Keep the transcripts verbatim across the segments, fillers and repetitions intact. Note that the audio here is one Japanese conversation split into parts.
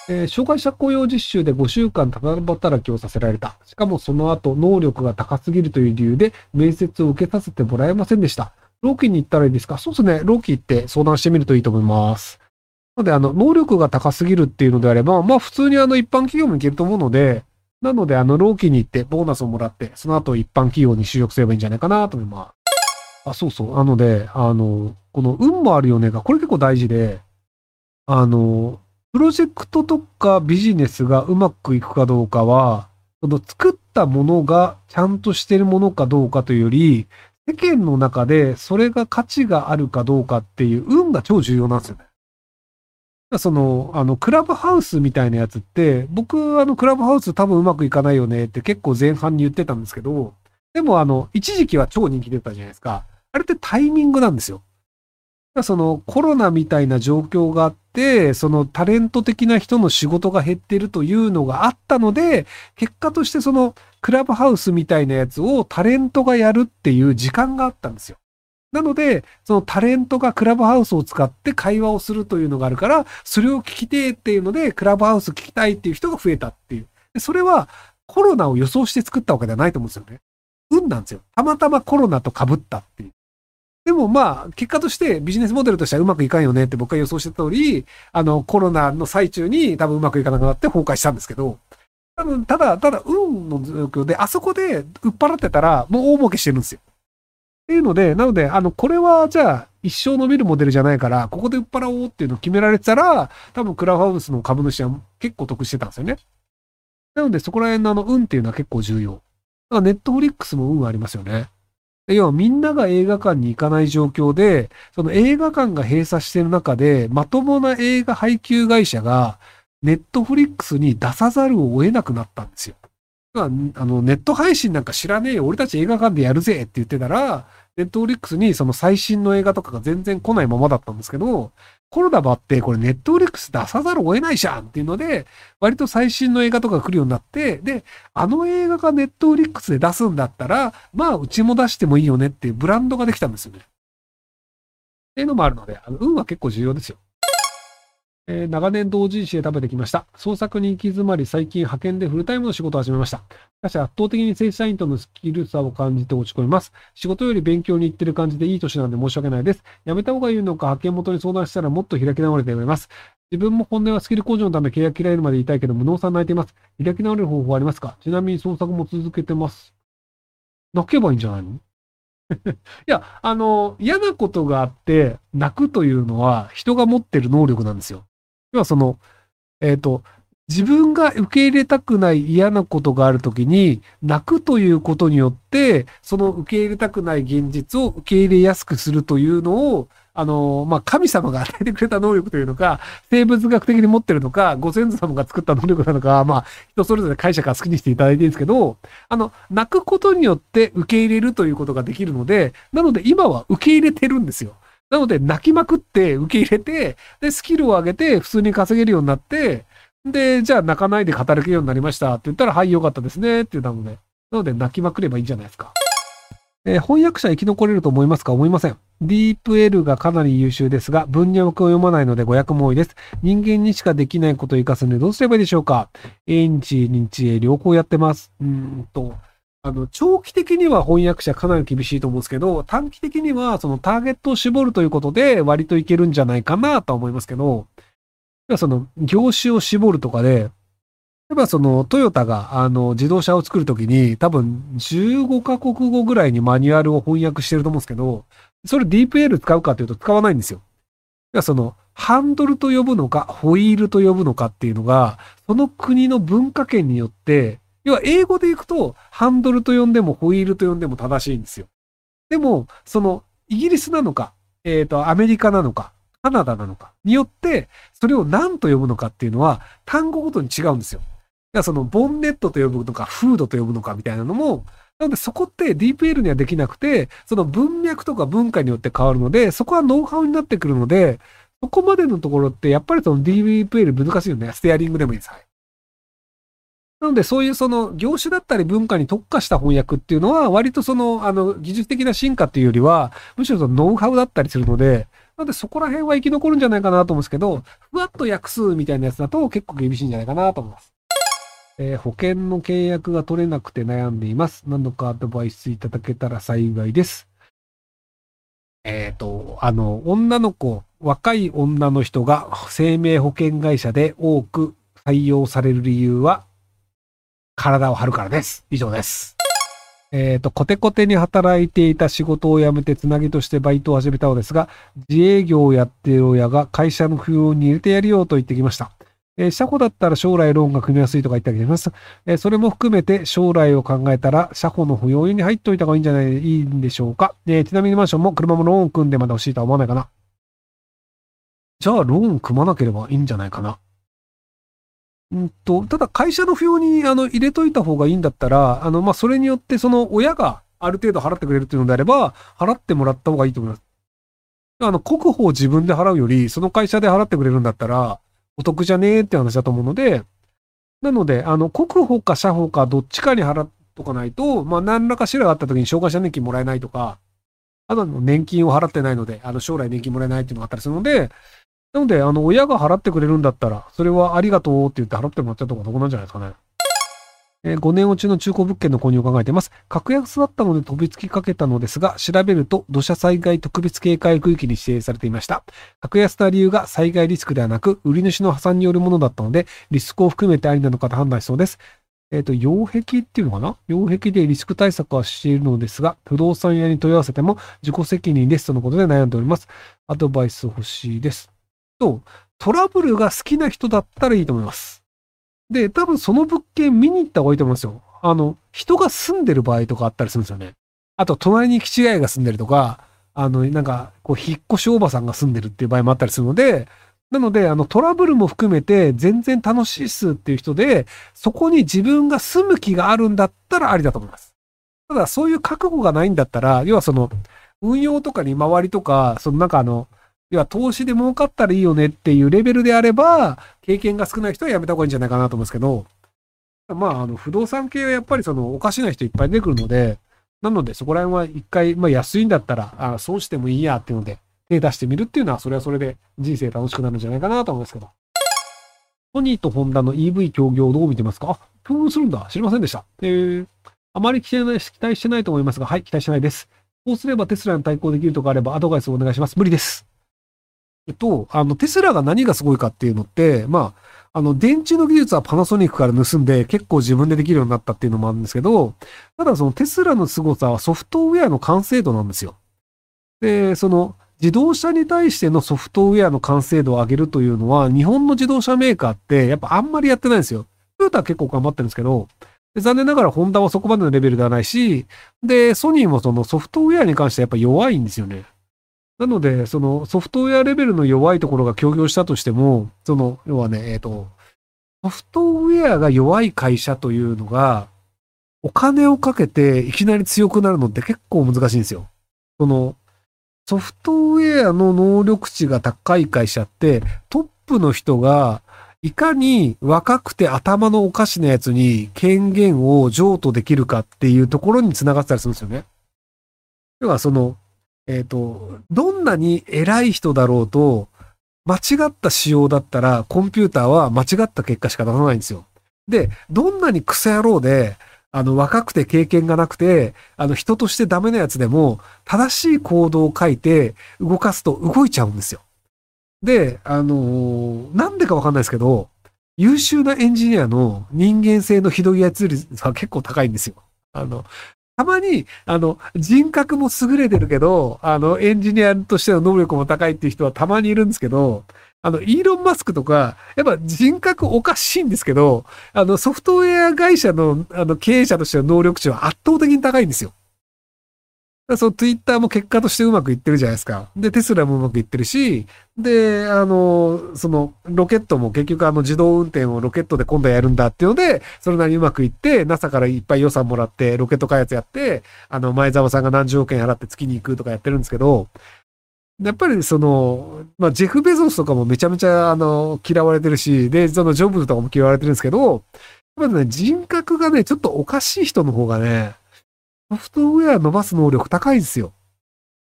えー障害者雇用実習でごしゅうかんただ働きをさせられた。しかもその後、能力が高すぎるという理由で面接を受けさせてもらえませんでした。労基に行ったらいいですか？そうですね。労基行って相談してみるといいと思います。なので、あの、能力が高すぎるっていうのであれば、まあ、普通にあの、一般企業も行けると思うので、なので、あの、労基に行ってボーナスをもらって、その後一般企業に就職すればいいんじゃないかなと思います。あ、そうそう。なので、あの、この運もあるよねが、これ結構大事で、あの、プロジェクトとかビジネスがうまくいくかどうかは、その作ったものがちゃんとしてるものかどうかというより、世間の中でそれが価値があるかどうかっていう運が超重要なんですよね。その、あの、クラブハウスみたいなやつって、僕、あの、クラブハウス多分うまくいかないよねって結構前半に言ってたんですけど、でもあの、一時期は超人気出たじゃないですか。あれってタイミングなんですよ。そのコロナみたいな状況があって、そのタレント的な人の仕事が減ってるというのがあったので、結果としてそのクラブハウスみたいなやつをタレントがやるっていう時間があったんですよ。なので、そのタレントがクラブハウスを使って会話をするというのがあるから、それを聞きてっていうので、クラブハウス聞きたいっていう人が増えたっていう。でそれはコロナを予想して作ったわけではないと思うんですよね。運なんですよ。たまたまコロナと被ったっていう。でもまあ、結果としてビジネスモデルとしてはうまくいかんよねって僕が予想してた通り、あの、コロナの最中に多分うまくいかなくなって崩壊したんですけど、多分ただ、ただ、運の状況で、あそこで売っ払ってたら、もう大儲けしてるんですよ。っていうので、なので、あの、これはじゃあ、一生伸びるモデルじゃないから、ここで売っ払おうっていうのを決められてたら、多分クラブハウスの株主は結構得してたんですよね。なので、そこら辺のあの、運っていうのは結構重要。だからネットフリックスも運ありますよね。要はみんなが映画館に行かない状況で、その映画館が閉鎖している中で、まともな映画配給会社がネットフリックスに出さざるを得なくなったんですよ。まあ、あの、ネット配信なんか知らねえよ。俺たち映画館でやるぜって言ってたら、ネットフリックスにその最新の映画とかが全然来ないままだったんですけど、コロナもあって、これネットフリックス出さざるを得ないじゃんっていうので、割と最新の映画とかが来るようになって、で、あの映画がネットフリックスで出すんだったら、まあ、うちも出してもいいよねっていうブランドができたんですよね。っていうのもあるので、あの運は結構重要ですよ。えー長年同人誌で食べてきました。創作に行き詰まり、最近派遣でフルタイムの仕事を始めました。しかし圧倒的に正社員とのスキル差を感じて落ち込みます。仕事より勉強に行ってる感じでいい年なんで申し訳ないです。辞めた方がいいのか、派遣元に相談したらもっと開き直れてやめます。自分も本音はスキル向上のため契約切られるまで言いたいけど、無能さん泣いています。開き直れる方法はありますか？ちなみに創作も続けてます。泣けばいいんじゃないの？いや、あの、嫌なことがあって泣くというのは人が持ってる能力なんですよ。要はその、えっと、自分が受け入れたくない嫌なことがあるときに、泣くということによって、その受け入れたくない現実を受け入れやすくするというのを、あの、まあ、神様が与えてくれた能力というのか、生物学的に持ってるのか、ご先祖様が作った能力なのか、まあ、人それぞれ解釈は好きにしていただいていいんですけど、あの、泣くことによって受け入れるということができるので、なので今は受け入れてるんですよ。なので、泣きまくって受け入れて、で、スキルを上げて普通に稼げるようになって、で、じゃあ泣かないで働けるようになりましたって言ったら、はい、よかったですねって言ったので、なので泣きまくればいいんじゃないですか。えー翻訳者生き残れると思いますか？思いません。ディープエル がかなり優秀ですが、文脈を読まないので誤訳も多いです。人間にしかできないことを活かすにはどうすればいいでしょうか？英日、日英両方やってます。うーんと、あの、長期的には翻訳者かなり厳しいと思うんですけど、短期的にはそのターゲットを絞るということで割といけるんじゃないかなとは思いますけど、要はその業種を絞るとかで、例えばそのトヨタがあの自動車を作るときに多分じゅうごカ国語ぐらいにマニュアルを翻訳してると思うんですけど、それ ディープエル 使うかというと使わないんですよ。要はそのハンドルと呼ぶのかホイールと呼ぶのかっていうのが、その国の文化圏によって、要は英語でいくとハンドルと呼んでもホイールと呼んでも正しいんですよ。でも、そのイギリスなのか、えっと、アメリカなのか、カナダなのかによって、それを何と呼ぶのかっていうのは単語ごとに違うんですよ。だからそのボンネットと呼ぶのか、フードと呼ぶのかみたいなのも、なのでそこって ディープエル にはできなくて、その文脈とか文化によって変わるので、そこはノウハウになってくるので、そこまでのところってやっぱりその ディープエル 難しいよね。ステアリングでもいいです。はい。なのでそういうその業種だったり文化に特化した翻訳っていうのは割とそのあの技術的な進化っていうよりは、むしろそのノウハウだったりするので、 なのでそこら辺は生き残るんじゃないかなと思うんですけど、ふわっと訳すみたいなやつだと結構厳しいんじゃないかなと思います。えー、保険の契約が取れなくて悩んでいます。何度かアドバイスいただけたら幸いです。えっと、あの、女の子、若い女の人が生命保険会社で多く採用される理由は、体を張るからです。以上です。えっと、コテコテに働いていた仕事を辞めてつなぎとしてバイトを始めたのですが、自営業をやっている親が会社の扶養に入れてやるよと言ってきました。えー、車庫だったら将来ローンが組みやすいとか言ったりします。えー、それも含めて将来を考えたら、車庫の扶養に入っといた方がいいんじゃない、いいんでしょうか。えー、ちなみにマンションも車もローン組んでまで欲しいとは思わないかな。じゃあ、ローン組まなければいいんじゃないかな。うんと、ただ会社の扶養にあの入れといた方がいいんだったら、あの、まあ、それによってその親がある程度払ってくれるっていうのであれば、払ってもらった方がいいと思います。あの、国保を自分で払うより、その会社で払ってくれるんだったら、お得じゃねえって話だと思うので、なので、あの、国保か社保かどっちかに払っとかないと、まあ、何らかしらがあった時に障害者年金もらえないとか、あとの年金を払ってないので、あの、将来年金もらえないっていうのがあったりするので、なので、あの、親が払ってくれるんだったら、それはありがとうって言って払ってもらっちゃった方が得なんじゃないですかね。えー、ごねん落ちの中古物件の購入を考えています。格安だったので飛びつきかけたのですが、調べると土砂災害特別警戒区域に指定されていました。格安な理由が災害リスクではなく、売り主の破産によるものだったので、リスクを含めてありなのかと判断しそうです。えっと、擁壁っていうのかな擁壁でリスク対策はしているのですが、不動産屋に問い合わせても自己責任ですとのことで悩んでおります。アドバイス欲しいです。と、トラブルが好きな人だったらいいと思います。で、多分その物件見に行った方がいいと思いますよ。あの、人が住んでる場合とかあったりするんですよね。あと、隣に気違いが住んでるとか、あの、なんか、こう、引っ越しおばさんが住んでるっていう場合もあったりするので、なので、あの、トラブルも含めて全然楽しいっすっていう人で、そこに自分が住む気があるんだったらありだと思います。ただ、そういう覚悟がないんだったら、要はその、運用とかに回りとか、そのなんかあの、要は投資で儲かったらいいよねっていうレベルであれば、経験が少ない人はやめた方がいいんじゃないかなと思うんですけど、まあ、あの、不動産系はやっぱりその、おかしな人いっぱい出てくるので、なので、そこら辺は一回、まあ安いんだったら、あそうしてもいいやっていうので、手出してみるっていうのは、それはそれで人生楽しくなるんじゃないかなと思うんですけど。ソニーとホンダの イーブイ 協業をどう見てますか？あ、協業するんだ。知りませんでした。えー、あまり期待ない期待してないと思いますが、はい、期待してないです。こうすればテスラに対抗できるとかあればアドバイスをお願いします。無理です。えっと、あの、テスラが何がすごいかっていうのって、まあ、あの、電池の技術はパナソニックから盗んで結構自分でできるようになったっていうのもあるんですけど、ただそのテスラの凄さはソフトウェアの完成度なんですよ。で、その、自動車に対してのソフトウェアの完成度を上げるというのは、日本の自動車メーカーってやっぱあんまりやってないんですよ。トヨタは結構頑張ってるんですけど、で残念ながらホンダはそこまでのレベルではないし、で、ソニーもそのソフトウェアに関してはやっぱ弱いんですよね。なので、そのソフトウェアレベルの弱いところが協業したとしても、その、要はね、えっと、ソフトウェアが弱い会社というのが、お金をかけていきなり強くなるのって結構難しいんですよ。その、ソフトウェアの能力値が高い会社って、トップの人が、いかに若くて頭のおかしなやつに権限を譲渡できるかっていうところにつながってたりするんですよね。要はその、えっと、どんなに偉い人だろうと、間違った仕様だったら、コンピューターは間違った結果しか出さないんですよ。で、どんなにクソ野郎で、あの、若くて経験がなくて、あの、人としてダメなやつでも、正しい行動を書いて、動かすと動いちゃうんですよ。で、あのーなんでかわかんないですけど、優秀なエンジニアの人間性のひどいやつ率は結構高いんですよ。あの、たまに、あの、人格も優れてるけど、あの、エンジニアとしての能力も高いっていう人はたまにいるんですけど、あの、イーロン・マスクとか、やっぱ人格おかしいんですけど、あの、ソフトウェア会社の、あの、経営者としての能力値は圧倒的に高いんですよ。そのツイッターも結果としてうまくいってるじゃないですか。で、テスラもうまくいってるし、で、あの、その、ロケットも結局あの自動運転をロケットで今度やるんだっていうので、それなりにうまくいって、ナサ からいっぱい予算もらって、ロケット開発やって、あの、前澤さんが何十億円払って月に行くとかやってるんですけど、やっぱりその、まあ、ジェフ・ベゾスとかもめちゃめちゃ、あの、嫌われてるし、で、そのジョブズとかも嫌われてるんですけど、やっぱりね、人格がね、ちょっとおかしい人の方がね、ソフトウェア伸ばす能力高いんですよ。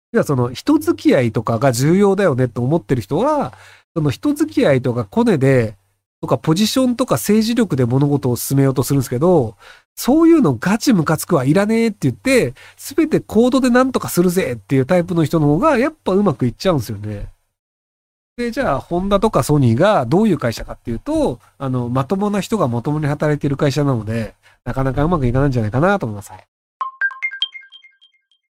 要はその人付き合いとかが重要だよねと思ってる人は、その人付き合いとかコネで、とかポジションとか政治力で物事を進めようとするんですけど、そういうのガチムカつくはいらねえって言って、すべてコードでなんとかするぜっていうタイプの人の方がやっぱうまくいっちゃうんですよね。で、じゃあ、ホンダとかソニーがどういう会社かっていうと、あの、まともな人がまともに働いている会社なので、なかなかうまくいかないんじゃないかなと思います。はい。